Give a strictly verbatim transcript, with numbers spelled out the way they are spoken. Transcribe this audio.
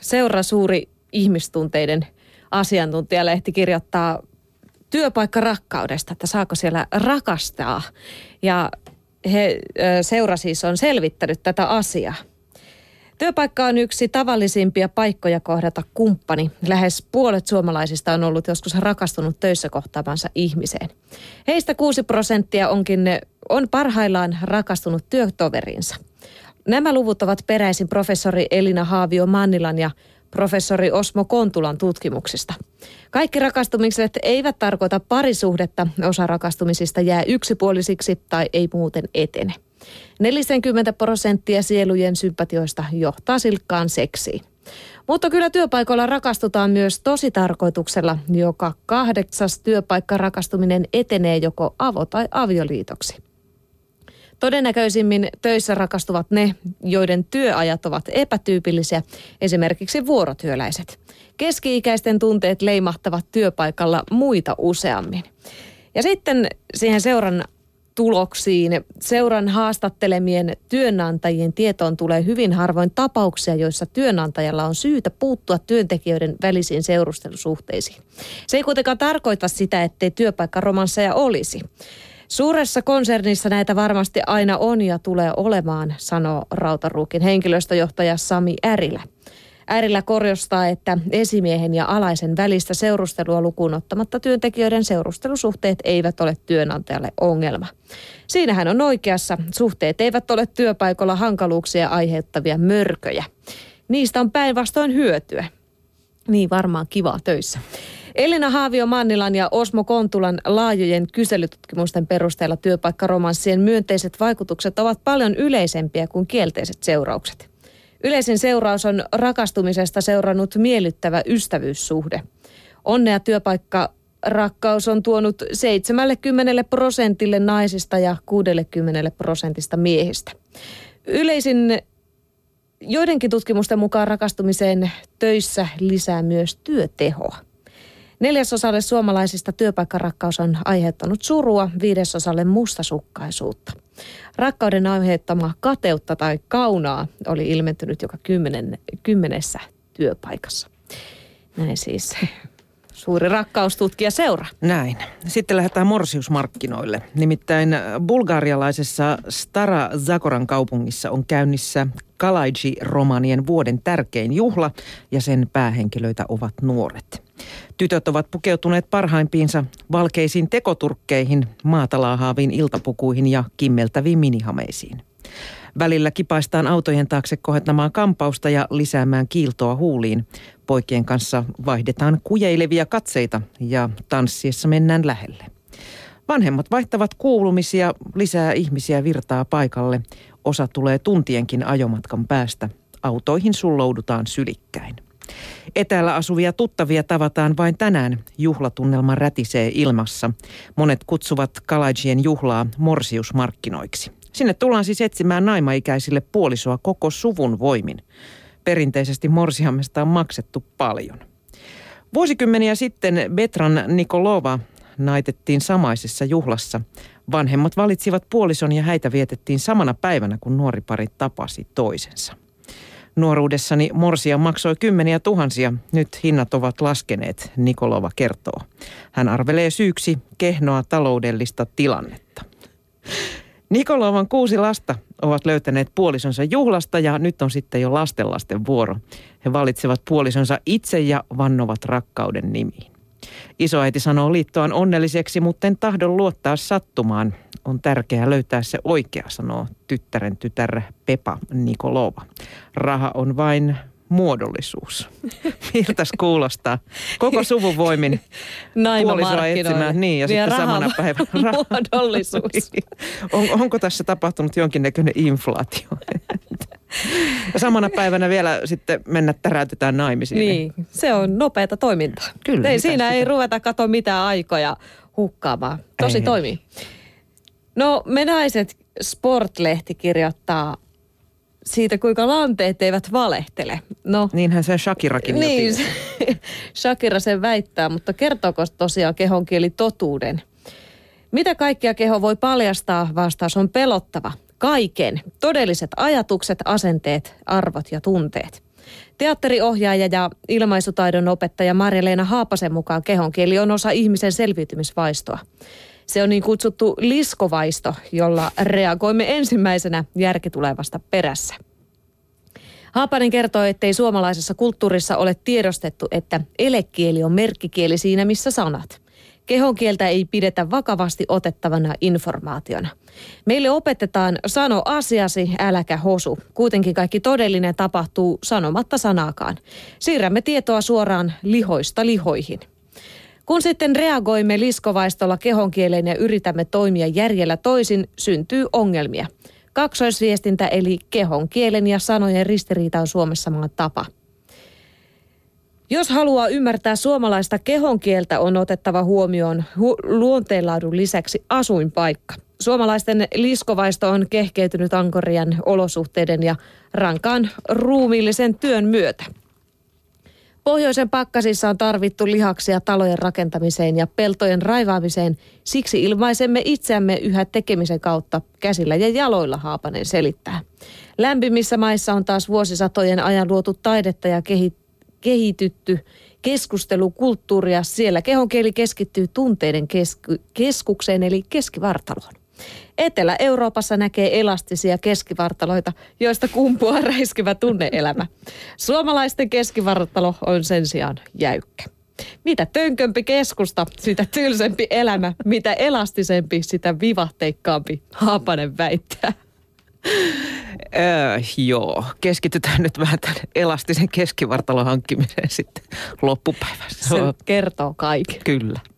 Seura suuri ihmistunteiden asiantuntijalehti kirjoittaa työpaikkarakkaudesta, että saako siellä rakastaa. Ja he, Seura siis on selvittänyt tätä asiaa. Työpaikka on yksi tavallisimpia paikkoja kohdata kumppani. Lähes puolet suomalaisista on ollut joskus rakastunut töissä kohtaamansa ihmiseen. Heistä kuusi prosenttia onkin, on parhaillaan rakastunut työtoverinsa. Nämä luvut ovat peräisin professori Elina Haavio-Mannilan ja professori Osmo Kontulan tutkimuksista. Kaikki rakastumiset eivät tarkoita parisuhdetta. Osa rakastumisista jää yksipuolisiksi tai ei muuten etene. neljäkymmentä prosenttia sielujen sympatioista johtaa silkkaan seksiin. Mutta kyllä työpaikoilla rakastutaan myös tositarkoituksella. Joka kahdeksas työpaikkarakastuminen etenee joko avo- tai avioliitoksi. Todennäköisimmin töissä rakastuvat ne, joiden työajat ovat epätyypillisiä, esimerkiksi vuorotyöläiset. Keski-ikäisten tunteet leimahtavat työpaikalla muita useammin. Ja sitten siihen Seuran tuloksiin. Seuran haastattelemien työnantajien tietoon tulee hyvin harvoin tapauksia, joissa työnantajalla on syytä puuttua työntekijöiden välisiin seurustelusuhteisiin. Se ei kuitenkaan tarkoita sitä, ettei työpaikkaromansseja olisi. Suuressa konsernissa näitä varmasti aina on ja tulee olemaan, sanoo Rautaruukin henkilöstöjohtaja Sami Ärilä. Ärilä korostaa, että esimiehen ja alaisen välistä seurustelua lukuun ottamatta työntekijöiden seurustelusuhteet eivät ole työnantajalle ongelma. Siinä hän on oikeassa. Suhteet eivät ole työpaikalla hankaluuksia aiheuttavia mörköjä. Niistä on päinvastoin hyötyä. Niin varmaan kivaa töissä. Elina Haavio-Mannilan ja Osmo Kontulan laajojen kyselytutkimusten perusteella työpaikkaromanssien myönteiset vaikutukset ovat paljon yleisempiä kuin kielteiset seuraukset. Yleisin seuraus on rakastumisesta seurannut miellyttävä ystävyyssuhde. Onnea työpaikkarakkaus on tuonut seitsemänkymmentä prosentille naisista ja kuusikymmentä prosentista miehistä. Yleisin joidenkin tutkimusten mukaan rakastumiseen töissä lisää myös työtehoa. Neljäsosalle suomalaisista työpaikkarakkaus on aiheuttanut surua, viidesosalle mustasukkaisuutta. Rakkauden aiheuttamaa kateutta tai kaunaa oli ilmentynyt joka kymmenen, kymmenessä työpaikassa. Näin siis suuri rakkaustutkija Seura. Näin. Sitten lähdetään morsiusmarkkinoille. Nimittäin bulgarialaisessa Stara Zagoran kaupungissa on käynnissä Kalaji-romanien vuoden tärkein juhla ja sen päähenkilöitä ovat nuoret. Tytöt ovat pukeutuneet parhaimpiinsa valkeisiin tekoturkkeihin, maatalahaaviin iltapukuihin ja kimmeltäviin minihameisiin. Välillä kipaistaan autojen taakse kohentamaan kampausta ja lisäämään kiiltoa huuliin. Poikien kanssa vaihdetaan kujeilevia katseita ja tanssiessa mennään lähelle. Vanhemmat vaihtavat kuulumisia, lisää ihmisiä virtaa paikalle. Osa tulee tuntienkin ajomatkan päästä. Autoihin sulloudutaan sylikkäin. Etäällä asuvia tuttavia tavataan vain tänään. Juhlatunnelma rätisee ilmassa. Monet kutsuvat Kalajien juhlaa morsiusmarkkinoiksi. Sinne tullaan siis etsimään naimaikäisille puolisoa koko suvun voimin. Perinteisesti morsiamesta on maksettu paljon. Vuosikymmeniä sitten Betran Nikolova naitettiin samaisessa juhlassa. Vanhemmat valitsivat puolison ja häitä vietettiin samana päivänä, kun nuori pari tapasi toisensa. Nuoruudessani morsia maksoi kymmeniä tuhansia. Nyt hinnat ovat laskeneet, Nikolova kertoo. Hän arvelee syyksi kehnoa taloudellista tilannetta. Nikolovan kuusi lasta ovat löytäneet puolisonsa juhlasta ja nyt on sitten jo lastenlasten vuoro. He valitsevat puolisonsa itse ja vannovat rakkauden nimiin. Isoäiti sanoo liittoaan onnelliseksi, mutta en tahdon luottaa sattumaan. On tärkeää löytää se oikea, sanoo tyttären tytär Pepa Nikolova. Raha on vain muodollisuus. Miltäs kuulostaa? Koko suvun voimin puolisoa etsimään. Niin, ja sitten samana päivänä muodollisuus. On, onko tässä tapahtunut jonkinnäköinen inflaatio? Ja samana päivänä vielä sitten mennä täräytetään naimisiin. Niin, se on nopeata toimintaa. Kyllä. Ei, siinä sitä. Ei ruveta katsoa mitään aikoja hukkaamaan. Tosi ei, toimii. No me naiset, Sport-lehti kirjoittaa siitä, kuinka lanteet eivät valehtele. No, niinhän se Shakirakin niin, jo Shakira sen väittää, mutta kertooko tosiaan kehonkieli totuuden? Mitä kaikkea keho voi paljastaa? Vastaus on pelottava. Kaiken. Todelliset ajatukset, asenteet, arvot ja tunteet. Teatteriohjaaja ja ilmaisutaidon opettaja Marja-Leena Haapasen mukaan kehonkieli on osa ihmisen selviytymisvaistoa. Se on niin kutsuttu liskovaisto, jolla reagoimme ensimmäisenä järkitulevasta perässä. Haapanen kertoo, ettei suomalaisessa kulttuurissa ole tiedostettu, että elekieli on merkkikieli siinä missä sanat. Kehonkieltä ei pidetä vakavasti otettavana informaationa. Meille opetetaan sano asiasi, äläkä hosu. Kuitenkin kaikki todellinen tapahtuu sanomatta sanaakaan. Siirrämme tietoa suoraan lihoista lihoihin. Kun sitten reagoimme liskovaistolla kehonkieleen ja yritämme toimia järjellä toisin, syntyy ongelmia. Kaksoisviestintä eli kehonkielen ja sanojen ristiriita on Suomessa maan tapa. Jos haluaa ymmärtää suomalaista kehonkieltä, on otettava huomioon hu- luonteenlaadun lisäksi asuinpaikka. Suomalaisten liskovaisto on kehkeytynyt ankorian olosuhteiden ja rankan ruumiillisen työn myötä. Pohjoisen pakkasissa on tarvittu lihaksia talojen rakentamiseen ja peltojen raivaamiseen. Siksi ilmaisemme itseämme yhä tekemisen kautta käsillä ja jaloilla, Haapanen selittää. Lämpimissä maissa on taas vuosisatojen ajan luotu taidetta ja kehitytty keskustelukulttuuria. Siellä kehonkieli keskittyy tunteiden kesku- keskukseen eli keskivartaloon. Etelä-Euroopassa näkee elastisia keskivartaloita, joista kumpuaa räiskivä tunne-elämä. Suomalaisten keskivartalo on sen sijaan jäykkä. Mitä tönkömpi keskusta, sitä tylsempi elämä. Mitä elastisempi, sitä vivahteikkaampi, Haapanen väittää. Öö, joo, keskitytään nyt vähän tämän elastisen keskivartalon hankkimiseen sitten loppupäivässä. Se kertoo kaiken. Kyllä.